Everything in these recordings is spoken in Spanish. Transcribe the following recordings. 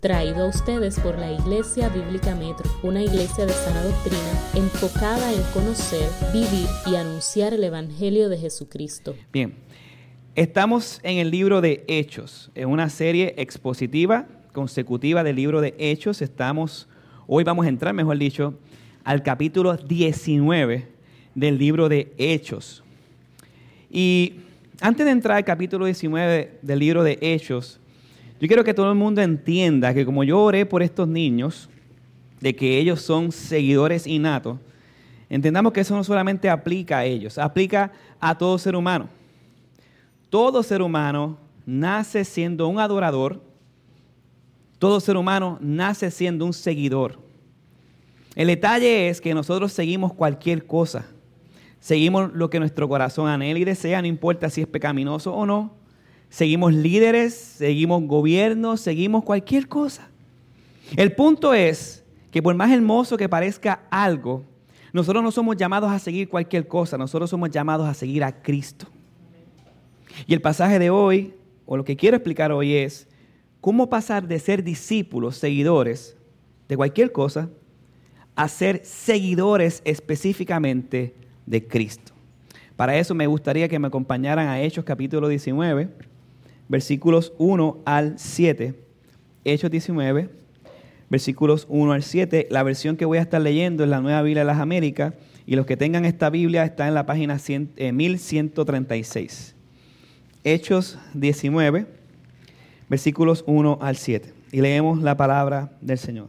Traído a ustedes por la Iglesia Bíblica Metro, una iglesia de sana doctrina enfocada en conocer, vivir y anunciar el Evangelio de Jesucristo. Bien, estamos en el libro de Hechos, en una serie expositiva, consecutiva del libro de Hechos. Hoy vamos a entrar, mejor dicho, al capítulo 19 del libro de Hechos. Y antes de entrar al capítulo 19 del libro de Hechos, yo quiero que todo el mundo entienda que como yo oré por estos niños, de que ellos son seguidores innatos, entendamos que eso no solamente aplica a ellos, aplica a todo ser humano. Todo ser humano nace siendo un adorador, todo ser humano nace siendo un seguidor. El detalle es que nosotros seguimos cualquier cosa, seguimos lo que nuestro corazón anhela y desea, no importa si es pecaminoso o no. Seguimos líderes, seguimos gobiernos, seguimos cualquier cosa. El punto es que por más hermoso que parezca algo, nosotros no somos llamados a seguir cualquier cosa, nosotros somos llamados a seguir a Cristo. Y el pasaje de hoy, o lo que quiero explicar hoy es, cómo pasar de ser discípulos, seguidores de cualquier cosa, a ser seguidores específicamente de Cristo. Para eso me gustaría que me acompañaran a Hechos capítulo 19, versículos 1 al 7. Hechos 19, versículos 1 al 7. La versión que voy a estar leyendo es la Nueva Biblia de las Américas, y los que tengan esta Biblia está en la página 1136. Hechos 19, versículos 1 al 7. Y leemos la palabra del Señor.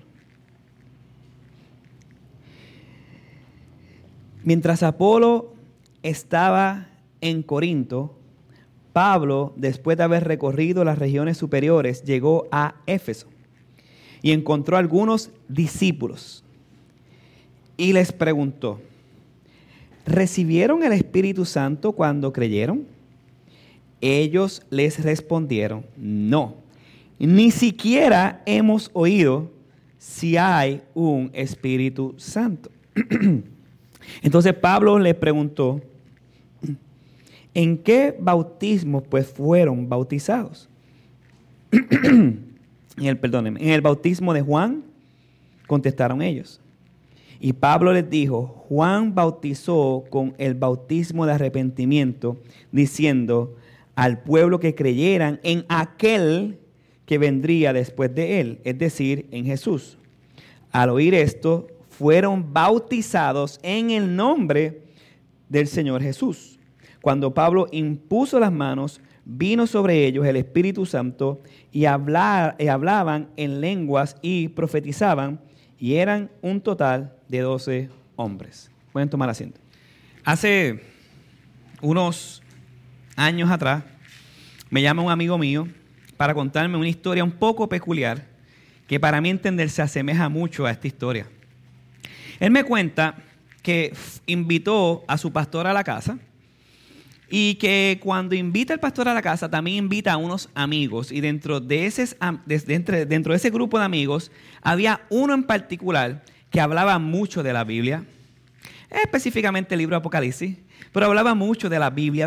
Mientras Apolo estaba en Corinto, Pablo, después de haber recorrido las regiones superiores, llegó a Éfeso y encontró a algunos discípulos y les preguntó: ¿recibieron el Espíritu Santo cuando creyeron? Ellos les respondieron: no, ni siquiera hemos oído si hay un Espíritu Santo. Entonces Pablo les preguntó: ¿en qué bautismo pues fueron bautizados? En el bautismo de Juan, contestaron ellos. Y Pablo les dijo: Juan bautizó con el bautismo de arrepentimiento, diciendo al pueblo que creyeran en aquel que vendría después de él, es decir, en Jesús. Al oír esto, fueron bautizados en el nombre del Señor Jesús. Cuando Pablo impuso las manos, vino sobre ellos el Espíritu Santo y hablaban en lenguas y profetizaban, y eran un total de 12 hombres. Pueden tomar asiento. Hace unos años atrás, me llama un amigo mío para contarme una historia un poco peculiar que para mí entender se asemeja mucho a esta historia. Él me cuenta que invitó a su pastor a la casa, y que cuando invita al pastor a la casa, también invita a unos amigos. Y dentro de ese grupo de amigos, había uno en particular que hablaba mucho de la Biblia, específicamente el libro de Apocalipsis, pero hablaba mucho de la Biblia,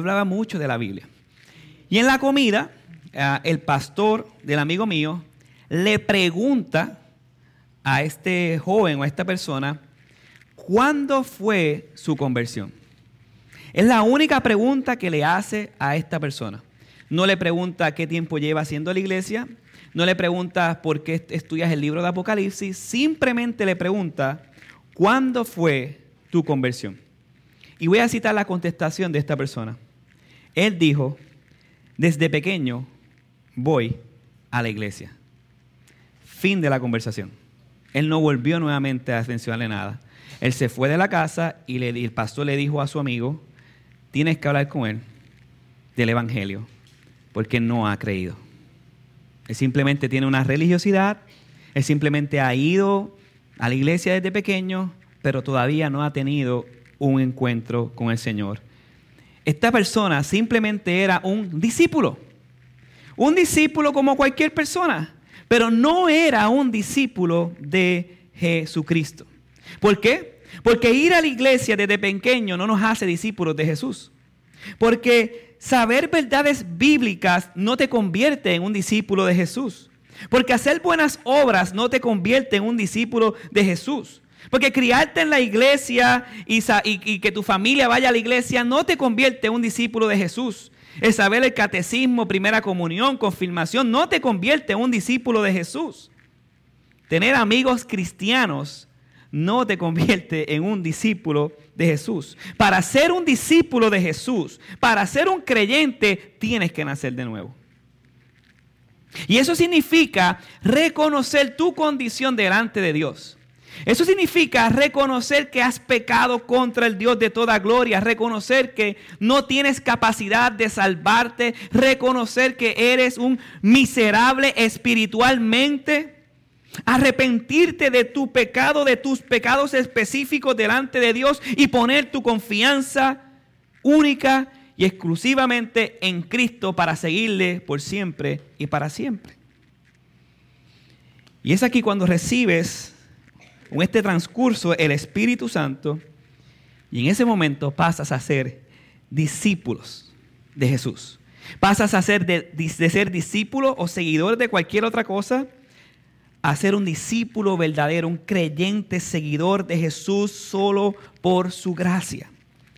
Y en la comida, el pastor del amigo mío le pregunta a este joven o a esta persona, ¿cuándo fue su conversión? Es la única pregunta que le hace a esta persona. No le pregunta qué tiempo lleva haciendo la iglesia, no le pregunta por qué estudias el libro de Apocalipsis, simplemente le pregunta, ¿cuándo fue tu conversión? Y voy a citar la contestación de esta persona. Él dijo: desde pequeño voy a la iglesia. Fin de la conversación. Él no volvió nuevamente a mencionarle nada. Él se fue de la casa y el pastor le dijo a su amigo: tienes que hablar con él del Evangelio, porque no ha creído. Él simplemente tiene una religiosidad, él simplemente ha ido a la iglesia desde pequeño, pero todavía no ha tenido un encuentro con el Señor. Esta persona simplemente era un discípulo como cualquier persona, pero no era un discípulo de Jesucristo. ¿Por qué? Porque ir a la iglesia desde pequeño no nos hace discípulos de Jesús. Porque saber verdades bíblicas no te convierte en un discípulo de Jesús. Porque hacer buenas obras no te convierte en un discípulo de Jesús. Porque criarte en la iglesia y que tu familia vaya a la iglesia no te convierte en un discípulo de Jesús. El saber el catecismo, primera comunión, confirmación, no te convierte en un discípulo de Jesús. Tener amigos cristianos no te convierte en un discípulo de Jesús. Para ser un discípulo de Jesús, para ser un creyente, tienes que nacer de nuevo. Y eso significa reconocer tu condición delante de Dios. Eso significa reconocer que has pecado contra el Dios de toda gloria, reconocer que no tienes capacidad de salvarte, reconocer que eres un miserable espiritualmente, arrepentirte de tu pecado, de tus pecados específicos delante de Dios y poner tu confianza única y exclusivamente en Cristo para seguirle por siempre y para siempre. Y es aquí cuando recibes en este transcurso el Espíritu Santo y en ese momento pasas a ser discípulos de Jesús. Pasas a ser de ser discípulo o seguidor de cualquier otra cosa a ser un discípulo verdadero, un creyente seguidor de Jesús solo por su gracia.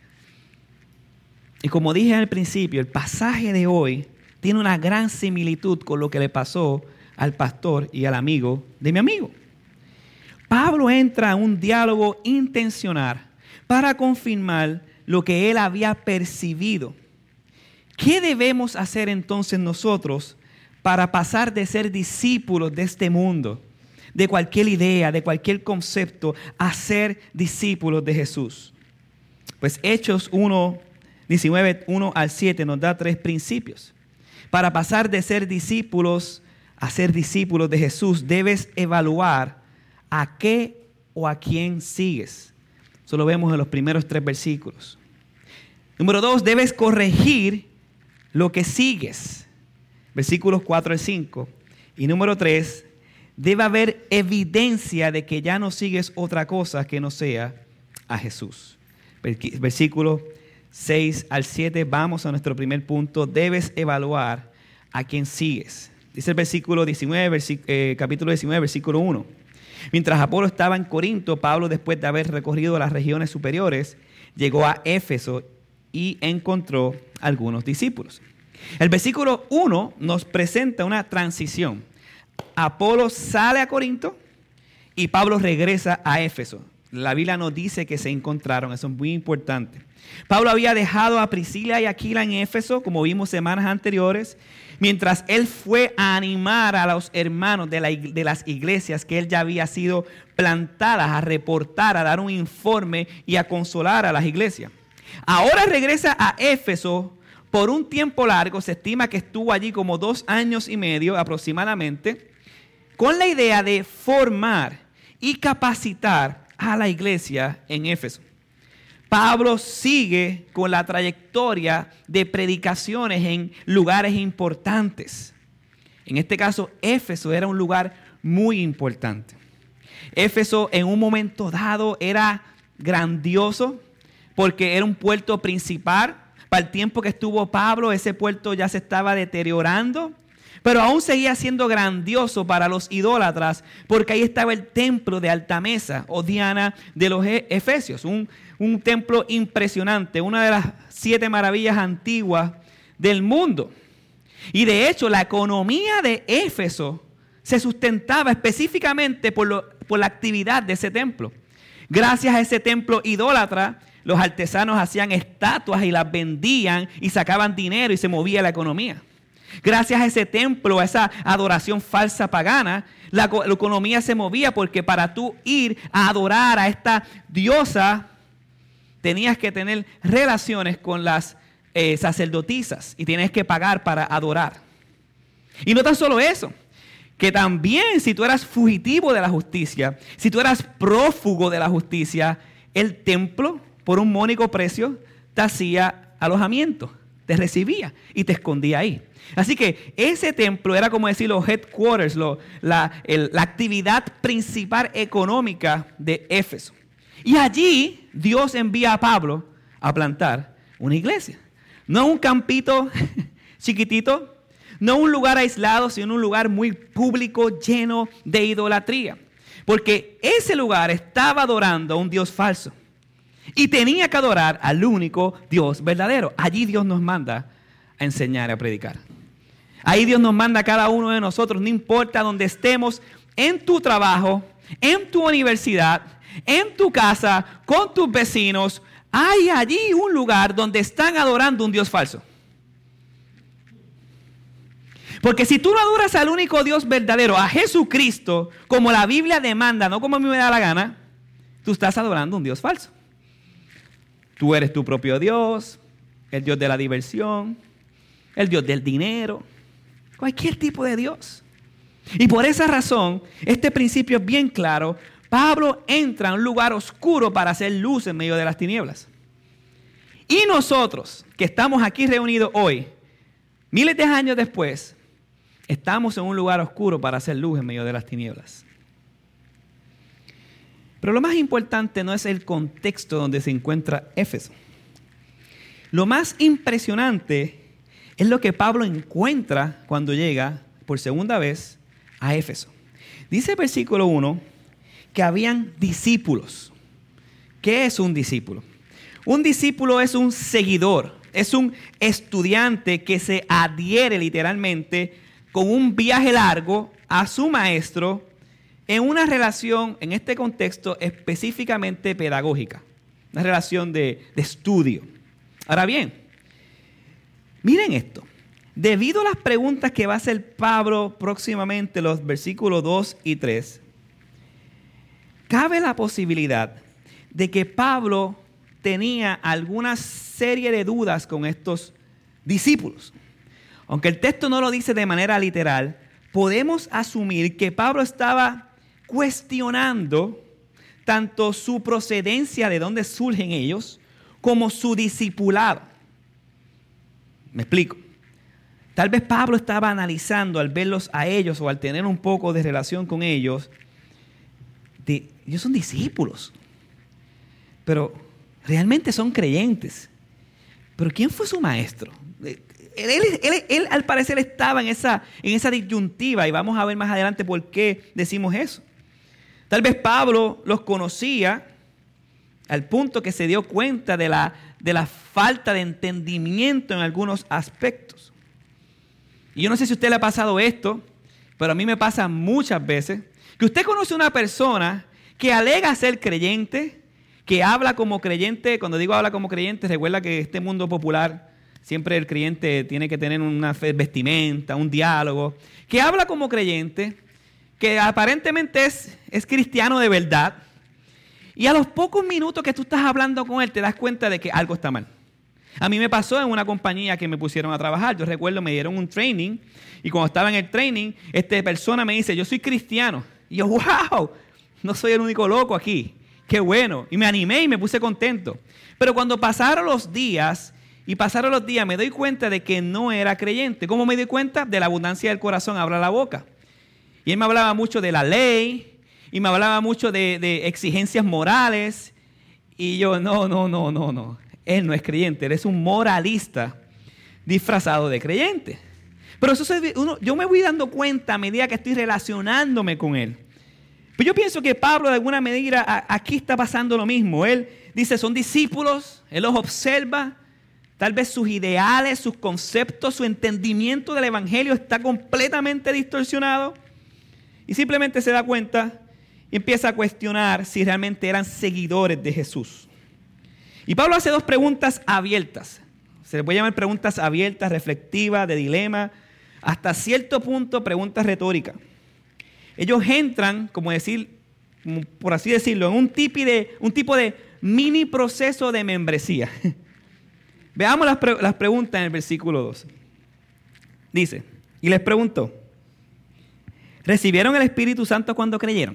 Y como dije al principio, el pasaje de hoy tiene una gran similitud con lo que le pasó al pastor y al amigo de mi amigo. Pablo entra en un diálogo intencional para confirmar lo que él había percibido. ¿Qué debemos hacer entonces nosotros para pasar de ser discípulos de este mundo, de cualquier idea, de cualquier concepto, a ser discípulos de Jesús? Pues Hechos 19, 1 al 7 nos da 3 principios. Para pasar de ser discípulos a ser discípulos de Jesús, debes evaluar a qué o a quién sigues. Eso lo vemos en los primeros 3 versículos. Número 2, debes corregir lo que sigues. Versículos 4 al 5. Y número 3, debe haber evidencia de que ya no sigues otra cosa que no sea a Jesús. Versículos 6 al 7, vamos a nuestro primer punto. Debes evaluar a quién sigues. Dice el versículo 19, capítulo 19, versículo 1. Mientras Apolo estaba en Corinto, Pablo, después de haber recorrido las regiones superiores, llegó a Éfeso y encontró algunos discípulos. El versículo 1 nos presenta una transición. Apolo sale a Corinto y Pablo regresa a Éfeso. La Biblia nos dice que se encontraron, eso es muy importante. Pablo había dejado a Priscila y Aquila en Éfeso, como vimos semanas anteriores, mientras él fue a animar a los hermanos de las iglesias que él ya había sido plantadas, a reportar, a dar un informe y a consolar a las iglesias. Ahora regresa a Éfeso por un tiempo largo, se estima que estuvo allí como 2 años y medio aproximadamente, con la idea de formar y capacitar a la iglesia en Éfeso. Pablo sigue con la trayectoria de predicaciones en lugares importantes. En este caso, Éfeso era un lugar muy importante. Éfeso en un momento dado era grandioso porque era un puerto principal. Para el tiempo que estuvo Pablo, ese puerto ya se estaba deteriorando, pero aún seguía siendo grandioso para los idólatras porque ahí estaba el templo de Artemisa o Diana de los Efesios, un templo impresionante, una de las 7 maravillas antiguas del mundo. Y de hecho, la economía de Éfeso se sustentaba específicamente por la actividad de ese templo. Gracias a ese templo idólatra, los artesanos hacían estatuas y las vendían y sacaban dinero y se movía la economía. Gracias a ese templo, a esa adoración falsa pagana, la economía se movía porque para tú ir a adorar a esta diosa tenías que tener relaciones con las sacerdotisas y tenías que pagar para adorar. Y no tan solo eso, que también si tú eras fugitivo de la justicia, si tú eras prófugo de la justicia, el templo por un módico precio te hacía alojamiento, te recibía y te escondía ahí. Así que ese templo era como decir los headquarters, la actividad principal económica de Éfeso. Y allí Dios envía a Pablo a plantar una iglesia. No un campito chiquitito, No un lugar aislado, sino un lugar muy público, lleno de idolatría. Porque ese lugar estaba adorando a un Dios falso. Y tenía que adorar al único Dios verdadero. Allí Dios nos manda a enseñar y a predicar. Ahí Dios nos manda a cada uno de nosotros, no importa donde estemos, en tu trabajo, en tu universidad, en tu casa, con tus vecinos. Hay allí un lugar donde están adorando un Dios falso. Porque si tú no adoras al único Dios verdadero, a Jesucristo, como la Biblia demanda, no como a mí me da la gana, tú estás adorando un Dios falso. Tú eres tu propio Dios, el Dios de la diversión, el Dios del dinero, cualquier tipo de Dios. Y por esa razón, este principio es bien claro. Pablo entra a un lugar oscuro para hacer luz en medio de las tinieblas. Y nosotros, que estamos aquí reunidos hoy, miles de años después, estamos en un lugar oscuro para hacer luz en medio de las tinieblas. Pero lo más importante no es el contexto donde se encuentra Éfeso. Lo más impresionante es lo que Pablo encuentra cuando llega por segunda vez a Éfeso. Dice el versículo 1 que habían discípulos. ¿Qué es un discípulo? Un discípulo es un seguidor, es un estudiante que se adhiere literalmente con un viaje largo a su maestro en una relación, en este contexto, específicamente pedagógica, una relación de estudio. Ahora bien, miren esto. Debido a las preguntas que va a hacer Pablo próximamente, los versículos 2 y 3, cabe la posibilidad de que Pablo tenía alguna serie de dudas con estos discípulos. Aunque el texto no lo dice de manera literal, podemos asumir que Pablo estaba cuestionando tanto su procedencia, de dónde surgen ellos, como su discipulado. Me explico. Tal vez Pablo estaba analizando al verlos a ellos o al tener un poco de relación con ellos, ellos son discípulos, pero realmente son creyentes. ¿Pero quién fue su maestro? Él al parecer estaba en esa disyuntiva y vamos a ver más adelante por qué decimos eso. Tal vez Pablo los conocía al punto que se dio cuenta de la falta de entendimiento en algunos aspectos. Y yo no sé si a usted le ha pasado esto, pero a mí me pasa muchas veces, que usted conoce a una persona que alega ser creyente, que habla como creyente. Cuando digo habla como creyente, recuerda que este mundo popular, siempre el creyente tiene que tener una vestimenta, un diálogo, que habla como creyente, que aparentemente es cristiano de verdad, y a los pocos minutos que tú estás hablando con él te das cuenta de que algo está mal. A mí me pasó en una compañía que me pusieron a trabajar. Yo recuerdo, me dieron un training, y cuando estaba en el training, esta persona me dice, yo soy cristiano. Y yo, wow, no soy el único loco aquí. Qué bueno. Y me animé y me puse contento. Pero cuando pasaron los días, me doy cuenta de que no era creyente. ¿Cómo me doy cuenta? De la abundancia del corazón habla la boca. Y él me hablaba mucho de la ley, y me hablaba mucho de exigencias morales. Y yo, no. Él no es creyente, él es un moralista disfrazado de creyente. Pero yo me voy dando cuenta a medida que estoy relacionándome con él. Pero yo pienso que Pablo de alguna medida aquí está pasando lo mismo. Él dice, son discípulos, él los observa, tal vez sus ideales, sus conceptos, su entendimiento del evangelio está completamente distorsionado. Y simplemente se da cuenta y empieza a cuestionar si realmente eran seguidores de Jesús. Y Pablo hace dos preguntas abiertas. Se les puede llamar preguntas abiertas, reflexivas, de dilema, hasta cierto punto preguntas retóricas. Ellos entran, por así decirlo, en un tipo de mini proceso de membresía. Veamos las preguntas en el versículo 2. Dice, y les preguntó, ¿recibieron el Espíritu Santo cuando creyeron?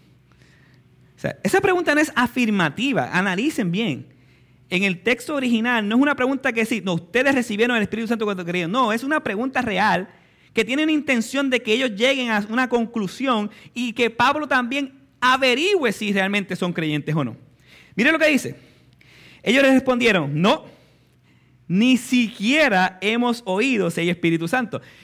O sea, esa pregunta no es afirmativa, analicen bien. En el texto original no es una pregunta que sí, no, ustedes recibieron el Espíritu Santo cuando creyeron. No, es una pregunta real que tiene una intención de que ellos lleguen a una conclusión y que Pablo también averigüe si realmente son creyentes o no. Miren lo que dice. Ellos les respondieron, no, ni siquiera hemos oído si hay Espíritu Santo.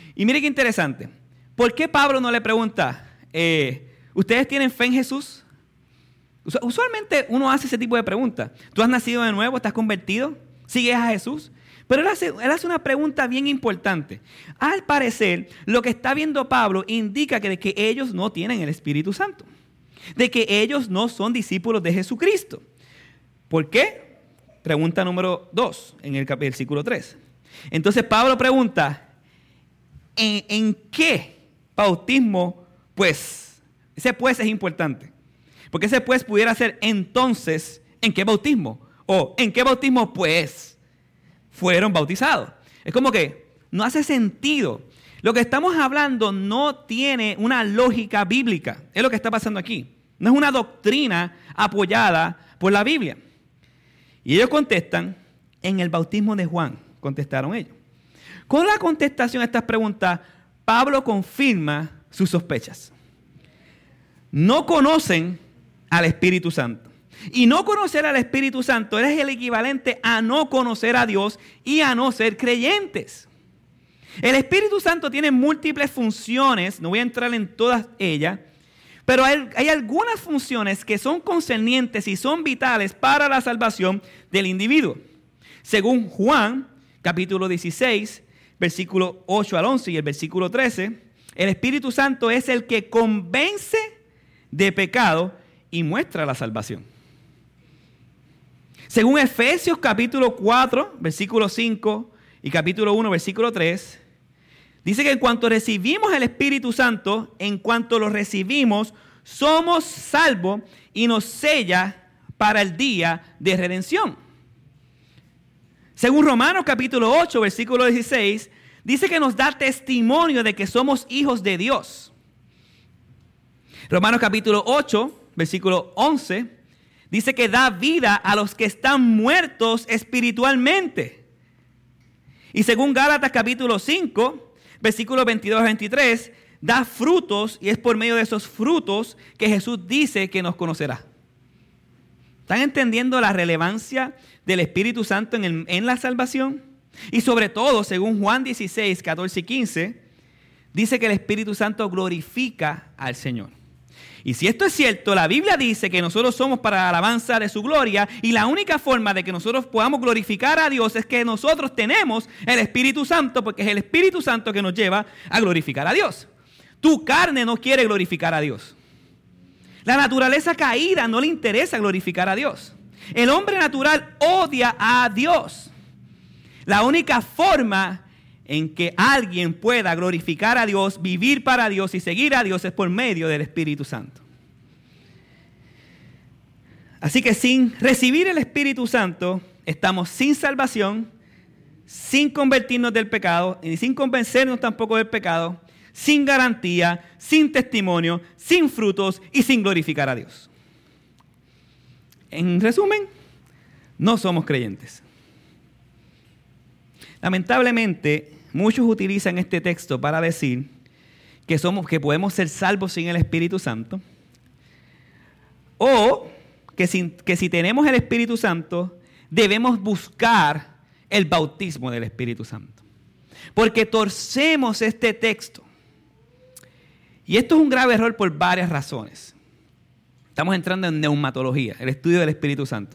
Y mire qué interesante. ¿Por qué Pablo no le pregunta, ¿ustedes tienen fe en Jesús? Usualmente uno hace ese tipo de preguntas. ¿Tú has nacido de nuevo? ¿Estás convertido? ¿Sigues a Jesús? Pero él hace una pregunta bien importante. Al parecer, lo que está viendo Pablo indica que ellos no tienen el Espíritu Santo. De que ellos no son discípulos de Jesucristo. ¿Por qué? Pregunta número 2 en el versículo 3. Entonces Pablo pregunta, ¿en qué bautismo pues? Ese pues es importante. Porque ese pues pudiera ser entonces, ¿en qué bautismo? O ¿en qué bautismo pues fueron bautizados? Es como que no hace sentido. Lo que estamos hablando no tiene una lógica bíblica. Es lo que está pasando aquí. No es una doctrina apoyada por la Biblia. Y ellos contestan, en el bautismo de Juan, contestaron ellos. Con la contestación a estas preguntas, Pablo confirma sus sospechas. No conocen al Espíritu Santo. Y no conocer al Espíritu Santo es el equivalente a no conocer a Dios y a no ser creyentes. El Espíritu Santo tiene múltiples funciones, no voy a entrar en todas ellas, pero hay algunas funciones que son concernientes y son vitales para la salvación del individuo. Según Juan, capítulo 16, versículo 8 al 11 y el versículo 13, el Espíritu Santo es el que convence de pecado y muestra la salvación. Según Efesios capítulo 4, versículo 5 y capítulo 1, versículo 3, dice que en cuanto recibimos el Espíritu Santo, en cuanto lo recibimos, somos salvos y nos sella para el día de redención. Según Romanos capítulo 8, versículo 16, dice que nos da testimonio de que somos hijos de Dios. Romanos capítulo 8, versículo 11, dice que da vida a los que están muertos espiritualmente. Y según Gálatas capítulo 5, versículos 22 a 23, da frutos y es por medio de esos frutos que Jesús dice que nos conocerá. ¿Están entendiendo la relevancia del Espíritu Santo en la salvación? Y sobre todo, según Juan 16, 14 y 15, dice que el Espíritu Santo glorifica al Señor. Y si esto es cierto, la Biblia dice que nosotros somos para la alabanza de su gloria y la única forma de que nosotros podamos glorificar a Dios es que nosotros tenemos el Espíritu Santo, porque es el Espíritu Santo que nos lleva a glorificar a Dios. Tu carne no quiere glorificar a Dios. La naturaleza caída no le interesa glorificar a Dios. El hombre natural odia a Dios. La única forma en que alguien pueda glorificar a Dios, vivir para Dios y seguir a Dios es por medio del Espíritu Santo. Así que sin recibir el Espíritu Santo, estamos sin salvación, sin convertirnos del pecado y sin convencernos tampoco del pecado, sin garantía, sin testimonio, sin frutos y sin glorificar a Dios. En resumen, no somos creyentes. Lamentablemente, muchos utilizan este texto para decir que podemos ser salvos sin el Espíritu Santo, o que si tenemos el Espíritu Santo, debemos buscar el bautismo del Espíritu Santo. Porque torcemos este texto. Y esto es un grave error por varias razones. Estamos entrando en neumatología, el estudio del Espíritu Santo.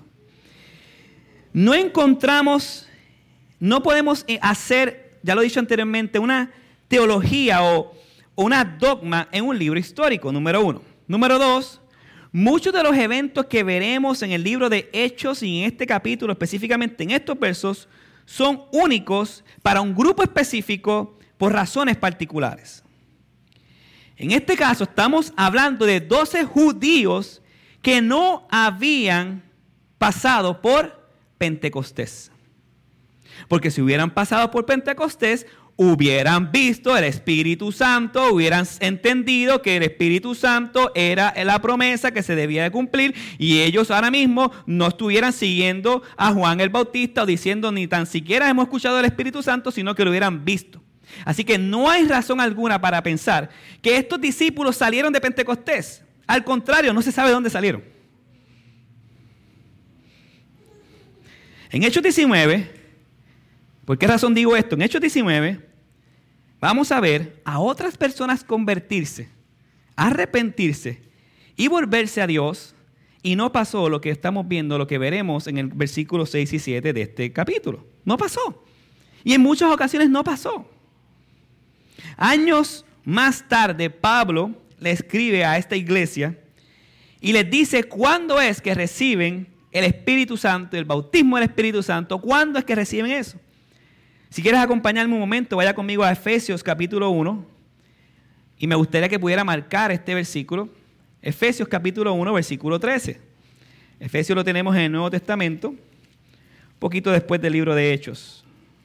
No podemos hacer, ya lo he dicho anteriormente, una teología o una dogma en un libro histórico, número 1. Número 2, muchos de los eventos que veremos en el libro de Hechos y en este capítulo, específicamente en estos versos, son únicos para un grupo específico por razones particulares. En este caso estamos hablando de 12 judíos que no habían pasado por Pentecostés. Porque si hubieran pasado por Pentecostés, hubieran visto el Espíritu Santo, hubieran entendido que el Espíritu Santo era la promesa que se debía de cumplir y ellos ahora mismo no estuvieran siguiendo a Juan el Bautista o diciendo ni tan siquiera hemos escuchado el Espíritu Santo, sino que lo hubieran visto. Así que no hay razón alguna para pensar que estos discípulos salieron de Pentecostés. Al contrario, no se sabe dónde salieron. En Hechos 19, ¿por qué razón digo esto? En Hechos 19 vamos a ver a otras personas convertirse, arrepentirse y volverse a Dios, y no pasó lo que estamos viendo, lo que veremos en el versículo 6 y 7 de este capítulo. No pasó. Y en muchas ocasiones no pasó. Años más tarde, Pablo le escribe a esta iglesia y les dice cuándo es que reciben el Espíritu Santo, el bautismo del Espíritu Santo, cuándo es que reciben eso. Si quieres acompañarme un momento, vaya conmigo a Efesios capítulo 1 y me gustaría que pudiera marcar este versículo. Efesios capítulo 1, versículo 13. Efesios lo tenemos en el Nuevo Testamento, un poquito después del libro de Hechos.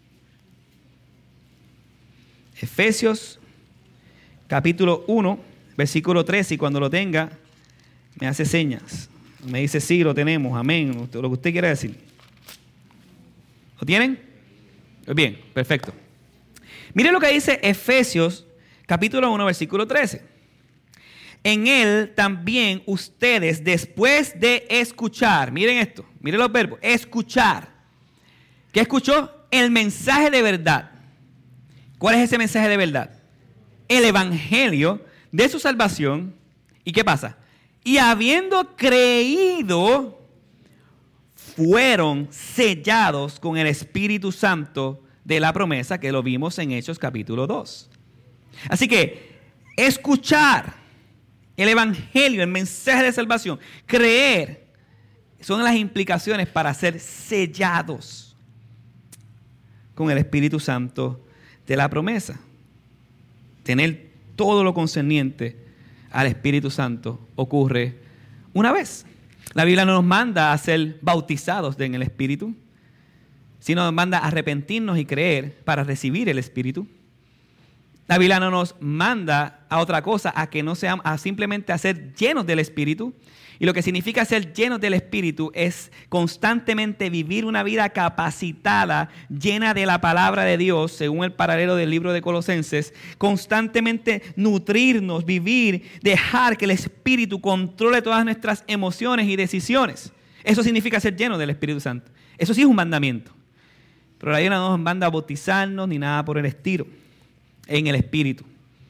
Efesios capítulo 1, versículo 13, y cuando lo tenga, me hace señas. Me dice, sí, lo tenemos, amén, lo que usted quiera decir. ¿Lo tienen? Pues bien, perfecto. Miren lo que dice Efesios capítulo 1, versículo 13. En él también ustedes, después de escuchar, miren esto, miren los verbos, escuchar. ¿Qué escuchó? El mensaje de verdad. ¿Cuál es ese mensaje de verdad? El evangelio de su salvación. ¿Y qué pasa? Y habiendo creído, fueron sellados con el Espíritu Santo de la promesa, que lo vimos en Hechos capítulo 2. Así que, escuchar el evangelio, el mensaje de salvación, creer, son las implicaciones para ser sellados con el Espíritu Santo de la promesa. Tener todo lo concerniente al Espíritu Santo ocurre una vez. La Biblia no nos manda a ser bautizados en el Espíritu, sino nos manda a arrepentirnos y creer para recibir el Espíritu. La Biblia no nos manda a otra cosa, a que no seamos, a simplemente a ser llenos del Espíritu. Y lo que significa ser llenos del Espíritu es constantemente vivir una vida capacitada, llena de la palabra de Dios, según el paralelo del libro de Colosenses. Constantemente nutrirnos, vivir, dejar que el Espíritu controle todas nuestras emociones y decisiones. Eso significa ser llenos del Espíritu Santo. Eso sí es un mandamiento. Pero la Biblia no nos manda a bautizarnos ni nada por el estilo. En el Espíritu.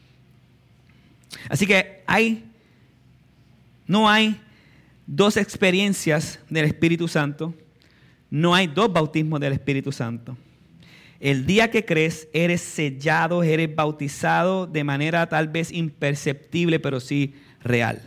Así que no hay dos experiencias del Espíritu Santo, no hay dos bautismos del Espíritu Santo. El día que crees, eres sellado, eres bautizado de manera tal vez imperceptible, pero sí real.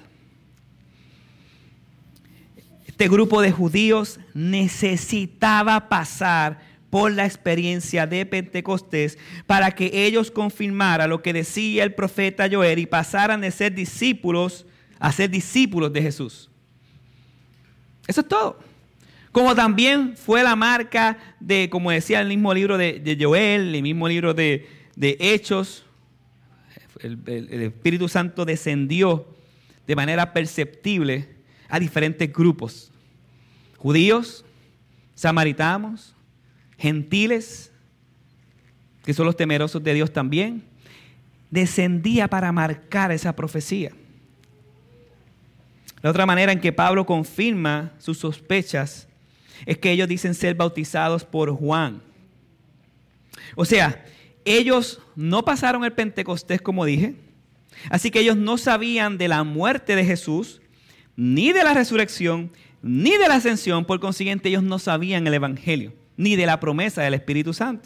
Este grupo de judíos necesitaba pasar por la experiencia de Pentecostés para que ellos confirmaran lo que decía el profeta Joel y pasaran de ser discípulos a ser discípulos de Jesús. Eso es todo. Como también fue la marca de, como decía el mismo libro de Joel, el mismo libro de Hechos, el Espíritu Santo descendió de manera perceptible a diferentes grupos. Judíos, samaritanos, gentiles, que son los temerosos de Dios también, descendía para marcar esa profecía. La otra manera en que Pablo confirma sus sospechas es que ellos dicen ser bautizados por Juan. O sea, ellos no pasaron el Pentecostés, como dije, así que ellos no sabían de la muerte de Jesús, ni de la resurrección, ni de la ascensión. Por consiguiente, ellos no sabían el evangelio, ni de la promesa del Espíritu Santo.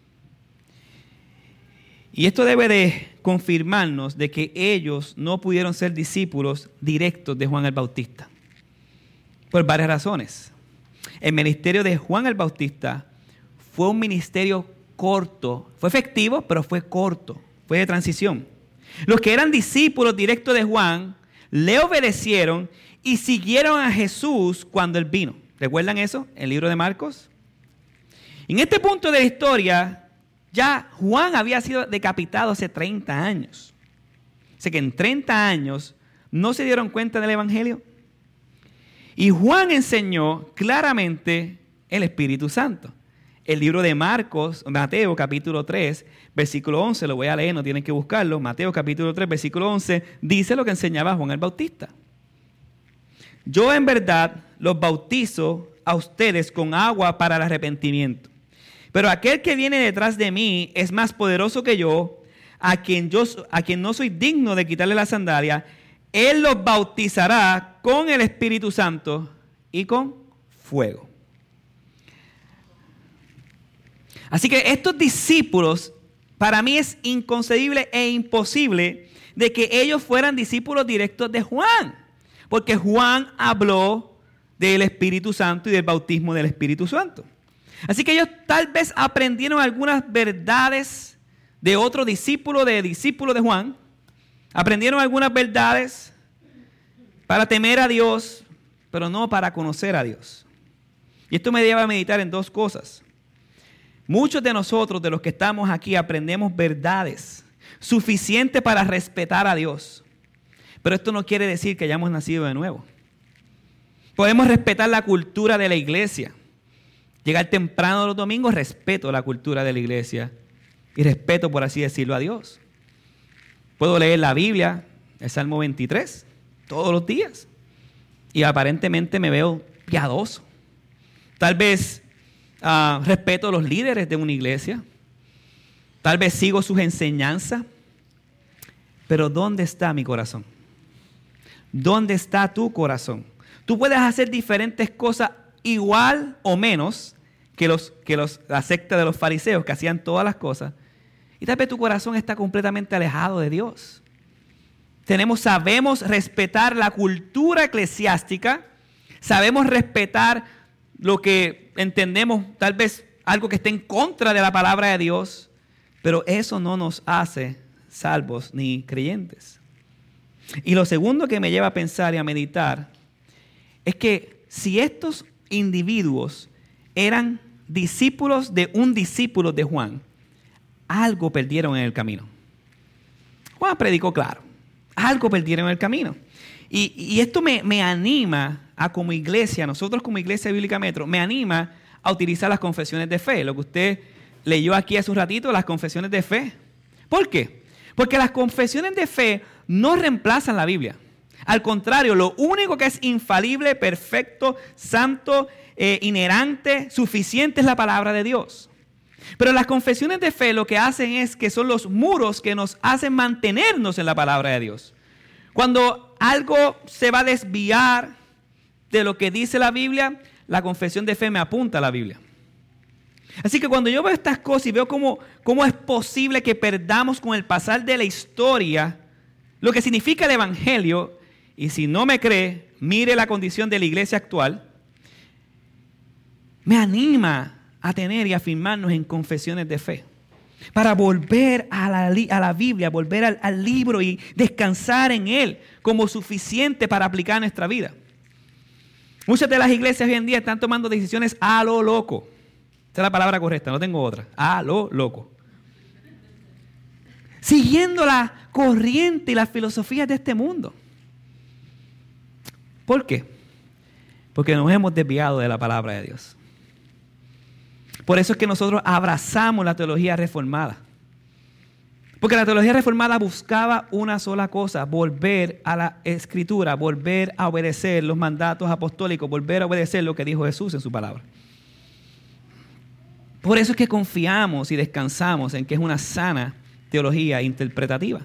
Y esto debe de confirmarnos de que ellos no pudieron ser discípulos directos de Juan el Bautista, por varias razones. El ministerio de Juan el Bautista fue un ministerio corto, fue efectivo, pero fue corto, fue de transición. Los que eran discípulos directos de Juan le obedecieron y siguieron a Jesús cuando Él vino. ¿Recuerdan eso? El libro de Marcos. En este punto de la historia, ya Juan había sido decapitado hace 30 años. O sea que en 30 años no se dieron cuenta del evangelio. Y Juan enseñó claramente el Espíritu Santo. El libro de Marcos, Mateo capítulo 3, versículo 11, lo voy a leer, no tienen que buscarlo. Mateo capítulo 3, versículo 11, dice lo que enseñaba Juan el Bautista. Yo en verdad los bautizo a ustedes con agua para el arrepentimiento. Pero aquel que viene detrás de mí es más poderoso que yo, a quien no soy digno de quitarle la sandalia, Él los bautizará con el Espíritu Santo y con fuego. Así que estos discípulos, para mí es inconcebible e imposible de que ellos fueran discípulos directos de Juan, porque Juan habló del Espíritu Santo y del bautismo del Espíritu Santo. Así que ellos tal vez aprendieron algunas verdades de otro discípulo de Juan, aprendieron algunas verdades para temer a Dios, pero no para conocer a Dios. Y esto me lleva a meditar en dos cosas. Muchos de nosotros, de los que estamos aquí, aprendemos verdades suficientes para respetar a Dios. Pero esto no quiere decir que hayamos nacido de nuevo. Podemos respetar la cultura de la iglesia. Llegar temprano los domingos, respeto la cultura de la iglesia y respeto, por así decirlo, a Dios. Puedo leer la Biblia, el Salmo 23, todos los días. Y aparentemente me veo piadoso. Tal vez respeto a los líderes de una iglesia. Tal vez sigo sus enseñanzas. Pero ¿dónde está mi corazón? ¿Dónde está tu corazón? Tú puedes hacer diferentes cosas igual o menos que la secta de los fariseos que hacían todas las cosas. Y tal vez tu corazón está completamente alejado de Dios. Sabemos respetar la cultura eclesiástica. Sabemos respetar lo que entendemos, tal vez algo que esté en contra de la palabra de Dios. Pero eso no nos hace salvos ni creyentes. Y lo segundo que me lleva a pensar y a meditar es que si estos individuos eran discípulos de un discípulo de Juan, algo perdieron en el camino. Juan predicó claro, algo perdieron en el camino. Y esto me anima a como iglesia, nosotros como Iglesia Bíblica Metro, me anima a utilizar las confesiones de fe. Lo que usted leyó aquí hace un ratito, las confesiones de fe. ¿Por qué? Porque las confesiones de fe no reemplazan la Biblia. Al contrario, lo único que es infalible, perfecto, santo, inerrante, suficiente es la palabra de Dios. Pero las confesiones de fe lo que hacen es que son los muros que nos hacen mantenernos en la palabra de Dios. Cuando algo se va a desviar de lo que dice la Biblia, la confesión de fe me apunta a la Biblia. Así que cuando yo veo estas cosas y veo cómo es posible que perdamos con el pasar de la historia lo que significa el Evangelio, y si no me cree, mire la condición de la iglesia actual, me anima a tener y afirmarnos en confesiones de fe. Para volver a la Biblia, volver al libro y descansar en él como suficiente para aplicar en nuestra vida. Muchas de las iglesias hoy en día están tomando decisiones a lo loco. Esa es la palabra correcta, no tengo otra. A lo loco. Siguiendo la corriente y las filosofías de este mundo. ¿Por qué? Porque nos hemos desviado de la palabra de Dios. Por eso es que nosotros abrazamos la teología reformada. Porque la teología reformada buscaba una sola cosa: volver a la Escritura, volver a obedecer los mandatos apostólicos, volver a obedecer lo que dijo Jesús en su palabra. Por eso es que confiamos y descansamos en que es una sana teología interpretativa.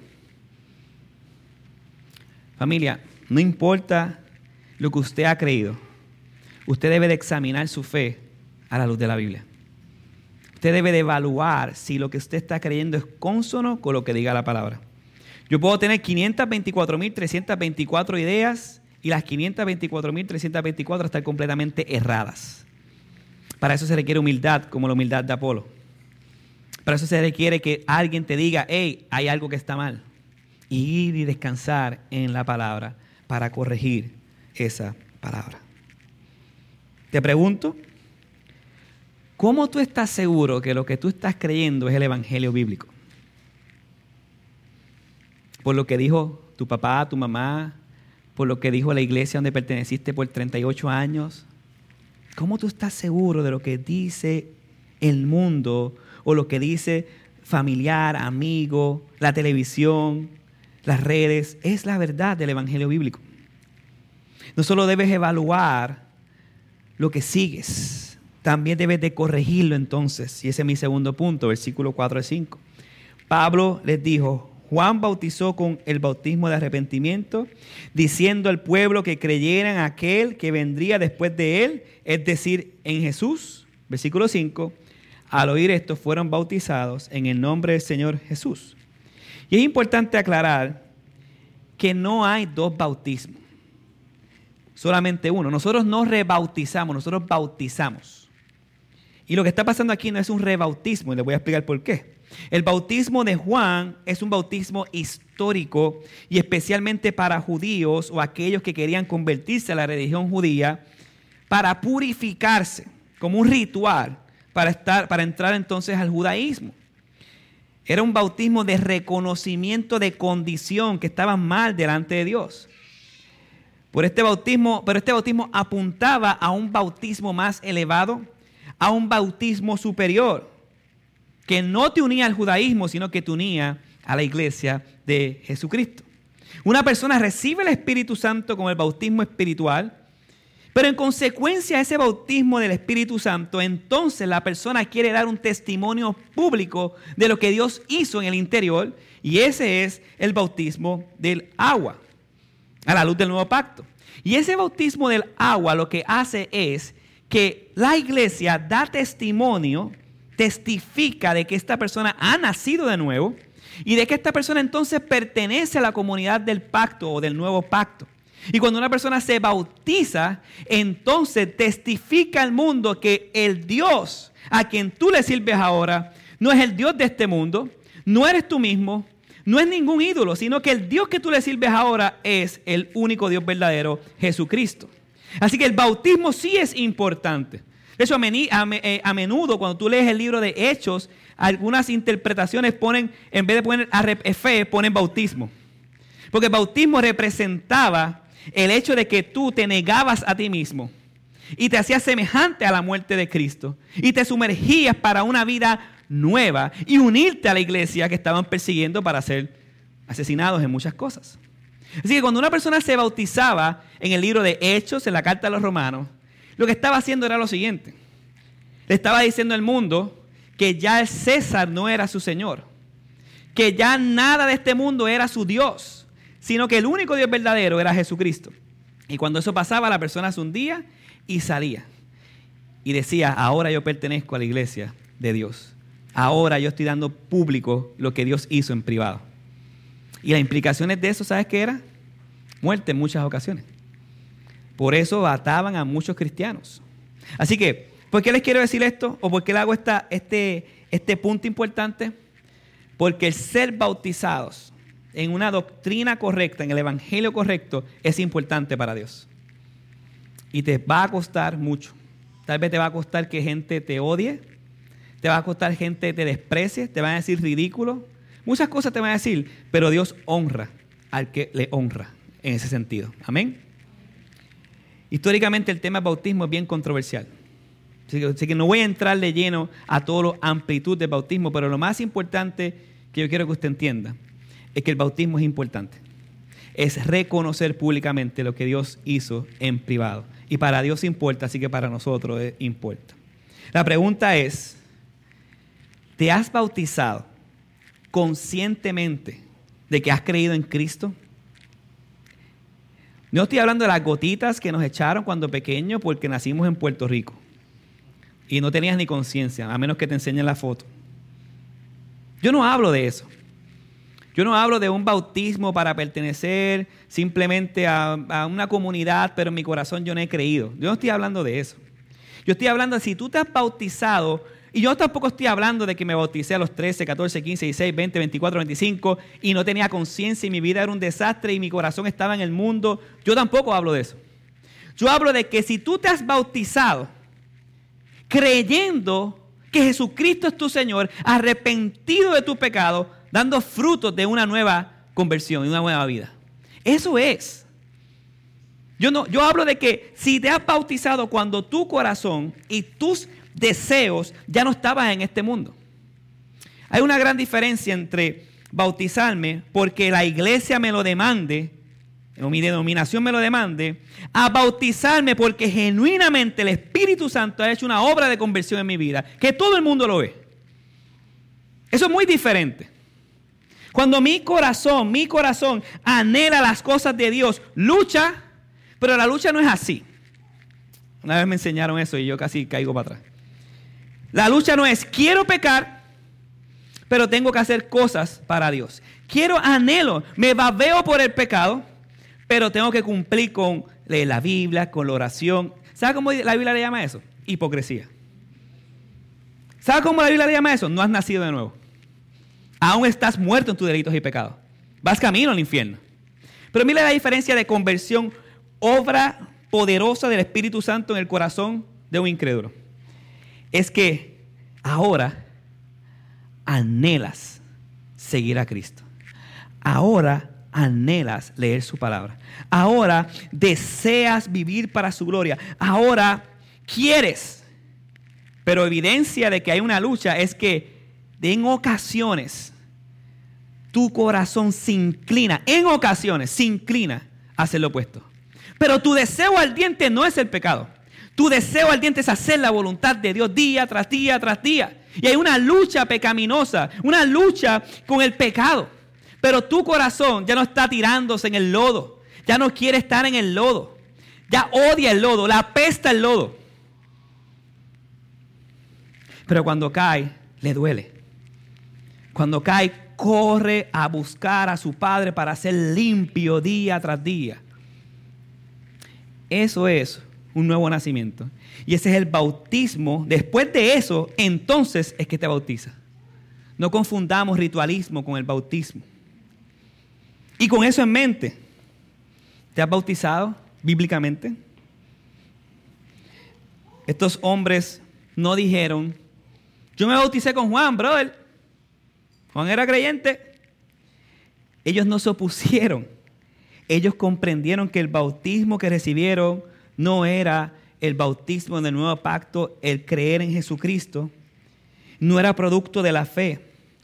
Familia, no importa lo que usted ha creído, usted debe de examinar su fe a la luz de la Biblia. Usted debe de evaluar si lo que usted está creyendo es cónsono con lo que diga la palabra. Yo puedo tener 524.324 ideas y las 524.324 estar completamente erradas. Para eso se requiere humildad, como la humildad de Apolo. Para eso se requiere que alguien te diga: hey, hay algo que está mal. Y ir y descansar en la palabra para corregir esa palabra. Te pregunto, ¿cómo tú estás seguro que lo que tú estás creyendo es el evangelio bíblico? ¿Por lo que dijo tu papá, tu mamá? ¿Por lo que dijo la iglesia donde perteneciste por 38 años? ¿Cómo tú estás seguro de lo que dice el mundo o lo que dice familiar, amigo, la televisión, las redes? Es la verdad del evangelio bíblico. No solo debes evaluar lo que sigues, también debes de corregirlo entonces. Y ese es mi segundo punto, versículo 4 y 5. Pablo les dijo: Juan bautizó con el bautismo de arrepentimiento, diciendo al pueblo que creyeran aquel que vendría después de él, es decir, en Jesús. Versículo 5, al oír esto fueron bautizados en el nombre del Señor Jesús. Y es importante aclarar que no hay dos bautismos, solamente uno. Nosotros no rebautizamos, nosotros bautizamos. Y lo que está pasando aquí no es un rebautismo, y les voy a explicar por qué. El bautismo de Juan es un bautismo histórico y especialmente para judíos o aquellos que querían convertirse a la religión judía para purificarse, como un ritual para entrar entonces al judaísmo. Era un bautismo de reconocimiento de condición, que estaban mal delante de Dios. Pero este bautismo apuntaba a un bautismo más elevado, a un bautismo superior, que no te unía al judaísmo, sino que te unía a la iglesia de Jesucristo. Una persona recibe el Espíritu Santo como el bautismo espiritual, pero en consecuencia de ese bautismo del Espíritu Santo, entonces la persona quiere dar un testimonio público de lo que Dios hizo en el interior, y ese es el bautismo del agua, a la luz del nuevo pacto. Y ese bautismo del agua lo que hace es que la iglesia da testimonio, testifica de que esta persona ha nacido de nuevo y de que esta persona entonces pertenece a la comunidad del pacto o del nuevo pacto. Y cuando una persona se bautiza, entonces testifica al mundo que el Dios a quien tú le sirves ahora no es el Dios de este mundo, no eres tú mismo, no es ningún ídolo, sino que el Dios que tú le sirves ahora es el único Dios verdadero, Jesucristo. Así que el bautismo sí es importante. De hecho, a menudo cuando tú lees el libro de Hechos, algunas interpretaciones ponen, en vez de poner fe, ponen bautismo. Porque el bautismo representaba el hecho de que tú te negabas a ti mismo y te hacías semejante a la muerte de Cristo y te sumergías para una vida nueva y unirte a la iglesia que estaban persiguiendo para ser asesinados en muchas cosas. Así que cuando una persona se bautizaba en el libro de Hechos, en la carta a los Romanos, lo que estaba haciendo era lo siguiente. Le estaba diciendo al mundo que ya el César no era su Señor, que ya nada de este mundo era su Dios, sino que el único Dios verdadero era Jesucristo. Y cuando eso pasaba, la persona se hundía y salía. Y decía: ahora yo pertenezco a la iglesia de Dios. Ahora yo estoy dando público lo que Dios hizo en privado. Y las implicaciones de eso, ¿sabes qué era? Muerte en muchas ocasiones. Por eso ataban a muchos cristianos. Así que, ¿por qué les quiero decir esto? ¿O por qué le hago este punto importante? Porque el ser bautizados en una doctrina correcta, en el evangelio correcto, es importante para Dios. Y te va a costar mucho. Tal vez te va a costar que gente te odie, te va a costar gente te desprecie, te van a decir ridículo. Muchas cosas te van a decir, pero Dios honra al que le honra en ese sentido. Amén. Históricamente el tema del bautismo es bien controversial. Así que no voy a entrar de lleno a toda la amplitud del bautismo, pero lo más importante que yo quiero que usted entienda es que el bautismo es importante. Es reconocer públicamente lo que Dios hizo en privado. Y para Dios importa, así que para nosotros importa. La pregunta es: ¿te has bautizado conscientemente de que has creído en Cristo? No estoy hablando de las gotitas que nos echaron cuando pequeños porque nacimos en Puerto Rico y no tenías ni conciencia, a menos que te enseñen la foto. Yo no hablo de eso. Yo no hablo de un bautismo para pertenecer simplemente a una comunidad, pero en mi corazón yo no he creído. Yo no estoy hablando de eso. Yo estoy hablando de si tú te has bautizado. Y yo tampoco estoy hablando de que me bauticé a los 13, 14, 15, 16, 20, 24, 25 y no tenía conciencia y mi vida era un desastre y mi corazón estaba en el mundo. Yo tampoco hablo de eso. Yo hablo de que si tú te has bautizado creyendo que Jesucristo es tu Señor, arrepentido de tu pecado, dando frutos de una nueva conversión y una nueva vida. Eso es. Yo hablo de que si te has bautizado cuando tu corazón y tus deseos ya no estaban en este mundo. Hay una gran diferencia entre bautizarme porque la iglesia me lo demande, o mi denominación me lo demande, a bautizarme porque genuinamente el Espíritu Santo ha hecho una obra de conversión en mi vida, que todo el mundo lo ve. Eso es muy diferente. Cuando mi corazón anhela las cosas de Dios, lucha, pero la lucha no es así. Una vez me enseñaron eso y yo casi caigo para atrás. La lucha no es, quiero pecar, pero tengo que hacer cosas para Dios. Anhelo, me babeo por el pecado, pero tengo que cumplir con leer la Biblia, con la oración. ¿Sabe cómo la Biblia le llama eso? Hipocresía. ¿Sabe cómo la Biblia le llama eso? No has nacido de nuevo. Aún estás muerto en tus delitos y pecados. Vas camino al infierno. Pero mira la diferencia de conversión, obra poderosa del Espíritu Santo en el corazón de un incrédulo. Es que ahora anhelas seguir a Cristo. Ahora anhelas leer su palabra. Ahora deseas vivir para su gloria. Ahora quieres. Pero evidencia de que hay una lucha es que en ocasiones tu corazón se inclina. En ocasiones se inclina a hacer lo opuesto. Pero tu deseo ardiente no es el pecado. Tu deseo ardiente es hacer la voluntad de Dios día tras día tras día. Y hay una lucha pecaminosa, una lucha con el pecado. Pero tu corazón ya no está tirándose en el lodo. Ya no quiere estar en el lodo. Ya odia el lodo, la apesta el lodo. Pero cuando cae, le duele. Cuando cae, corre a buscar a su Padre para ser limpio día tras día. Eso es un nuevo nacimiento. Y ese es el bautismo. Después de eso, entonces es que te bautiza. No confundamos ritualismo con el bautismo. Y con eso en mente, ¿te has bautizado bíblicamente? Estos hombres no dijeron, yo me bauticé con Juan, brother. Juan era creyente. Ellos no se opusieron. Ellos comprendieron que el bautismo que recibieron no era el bautismo del nuevo pacto, el creer en Jesucristo. No era producto de la fe.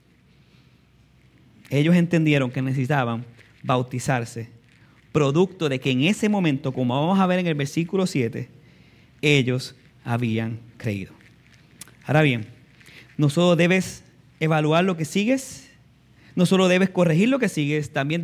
Ellos entendieron que necesitaban bautizarse, producto de que en ese momento, como vamos a ver en el versículo 7, ellos habían creído. Ahora bien, no solo debes evaluar lo que sigues, no solo debes corregir lo que sigues, también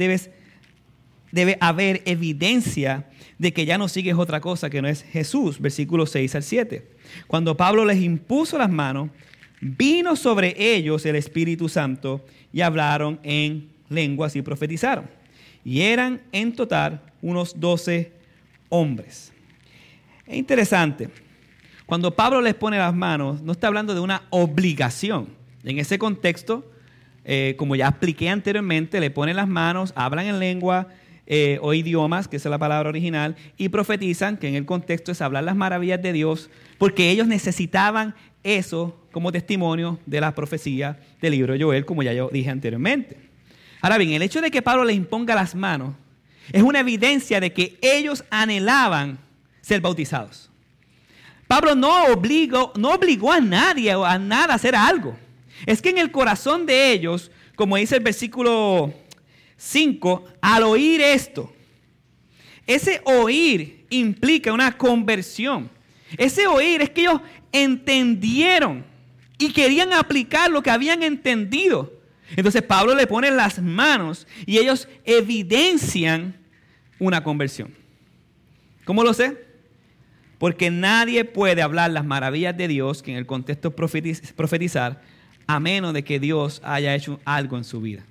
debe haber evidencia de que ya no sigues otra cosa que no es Jesús. Versículos 6 al 7. Cuando Pablo les impuso las manos, vino sobre ellos el Espíritu Santo y hablaron en lenguas y profetizaron. Y eran en total unos 12 hombres. Es interesante. Cuando Pablo les pone las manos, no está hablando de una obligación. En ese contexto, como ya expliqué anteriormente, le ponen las manos, hablan en lengua o idiomas, que esa es la palabra original, y profetizan, que en el contexto es hablar las maravillas de Dios, porque ellos necesitaban eso como testimonio de la profecía del libro de Joel, como ya yo dije anteriormente. Ahora bien, el hecho de que Pablo les imponga las manos es una evidencia de que ellos anhelaban ser bautizados. Pablo no obligó a nadie o a nada a hacer algo. Es que en el corazón de ellos, como dice el versículo 5, al oír esto, ese oír implica una conversión. Ese oír es que ellos entendieron y querían aplicar lo que habían entendido. Entonces Pablo le pone las manos y ellos evidencian una conversión. ¿Cómo lo sé? Porque nadie puede hablar las maravillas de Dios, que en el contexto profetizar, a menos de que Dios haya hecho algo en su vida.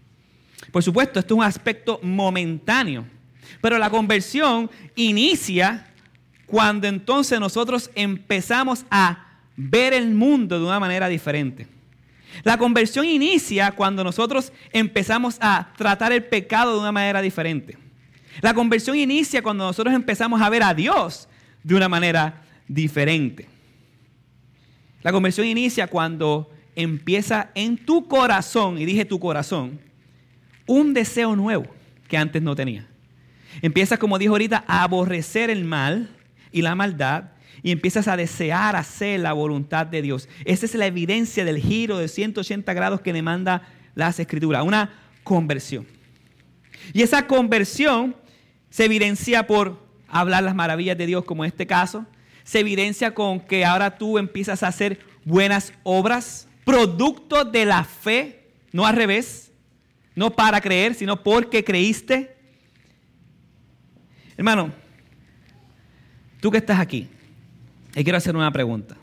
Por supuesto, esto es un aspecto momentáneo, pero la conversión inicia cuando entonces nosotros empezamos a ver el mundo de una manera diferente. La conversión inicia cuando nosotros empezamos a tratar el pecado de una manera diferente. La conversión inicia cuando nosotros empezamos a ver a Dios de una manera diferente. La conversión inicia cuando empieza en tu corazón, y dije tu corazón, un deseo nuevo que antes no tenía. Empiezas, como dijo ahorita, a aborrecer el mal y la maldad y empiezas a desear hacer la voluntad de Dios. Esa es la evidencia del giro de 180 grados que demanda las Escrituras, una conversión. Y esa conversión se evidencia por hablar las maravillas de Dios, como en este caso. Se evidencia con que ahora tú empiezas a hacer buenas obras, producto de la fe, no al revés. No para creer, sino porque creíste. Hermano, tú que estás aquí, te quiero hacer una pregunta.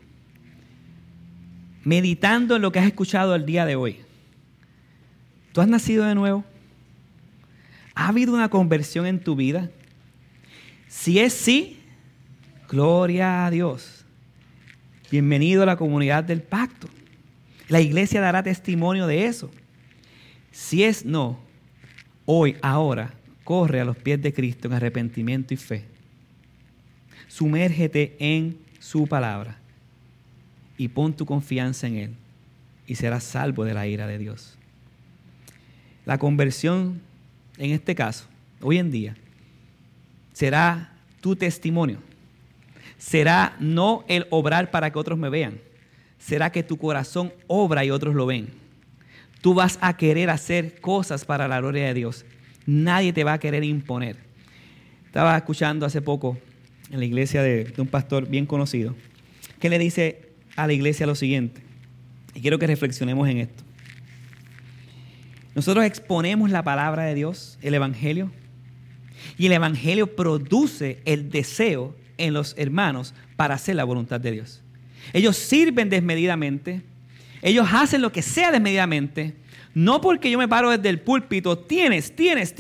Meditando en lo que has escuchado el día de hoy, ¿tú has nacido de nuevo? ¿Ha habido una conversión en tu vida? Si es sí, gloria a Dios. Bienvenido a la comunidad del pacto. La iglesia dará testimonio de eso. Si es no, hoy, ahora, corre a los pies de Cristo en arrepentimiento y fe. Sumérgete en su palabra y pon tu confianza en Él y serás salvo de la ira de Dios. La conversión, en este caso, hoy en día, será tu testimonio. Será no el obrar para que otros me vean. Será que tu corazón obra y otros lo ven. Tú vas a querer hacer cosas para la gloria de Dios. Nadie te va a querer imponer. Estaba escuchando hace poco en la iglesia de un pastor bien conocido que le dice a la iglesia lo siguiente. Y quiero que reflexionemos en esto. Nosotros exponemos la palabra de Dios, el evangelio, y el evangelio produce el deseo en los hermanos para hacer la voluntad de Dios. Ellos sirven desmedidamente, ellos hacen lo que sea desmedidamente, no porque yo me paro desde el púlpito, tienes,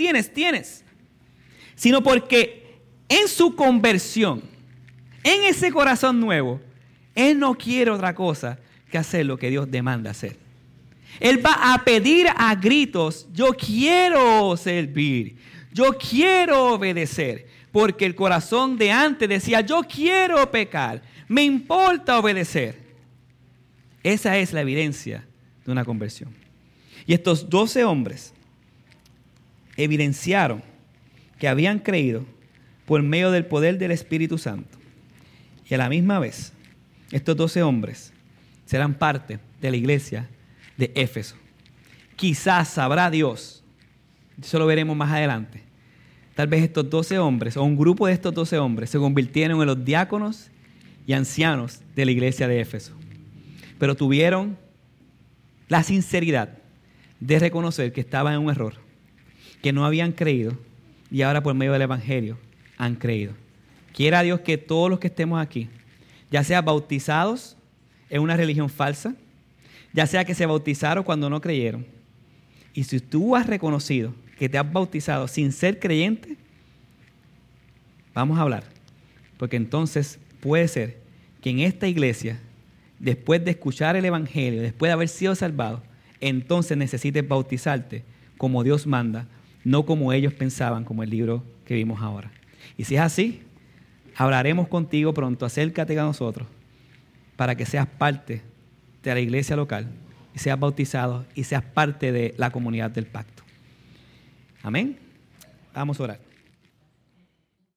sino porque en su conversión, en ese corazón nuevo, Él no quiere otra cosa que hacer lo que Dios demanda hacer. Él va a pedir a gritos, yo quiero servir, yo quiero obedecer, porque el corazón de antes decía, yo quiero pecar, me importa obedecer. Esa es la evidencia de una conversión. Y estos 12 hombres evidenciaron que habían creído por medio del poder del Espíritu Santo. Y a la misma vez, estos 12 hombres serán parte de la iglesia de Éfeso. Quizás sabrá Dios, eso lo veremos más adelante, tal vez estos 12 hombres o un grupo de estos 12 hombres se convirtieron en los diáconos y ancianos de la iglesia de Éfeso. Pero tuvieron la sinceridad de reconocer que estaban en un error, que no habían creído y ahora por medio del evangelio han creído. Quiera Dios que todos los que estemos aquí, ya sea bautizados en una religión falsa, ya sea que se bautizaron cuando no creyeron, y si tú has reconocido que te has bautizado sin ser creyente, vamos a hablar, porque entonces puede ser que en esta iglesia, después de escuchar el evangelio, después de haber sido salvado, entonces necesites bautizarte como Dios manda, no como ellos pensaban, como el libro que vimos ahora. Y si es así, hablaremos contigo pronto, acércate a nosotros para que seas parte de la iglesia local y seas bautizado y seas parte de la comunidad del pacto. Amén. Vamos a orar.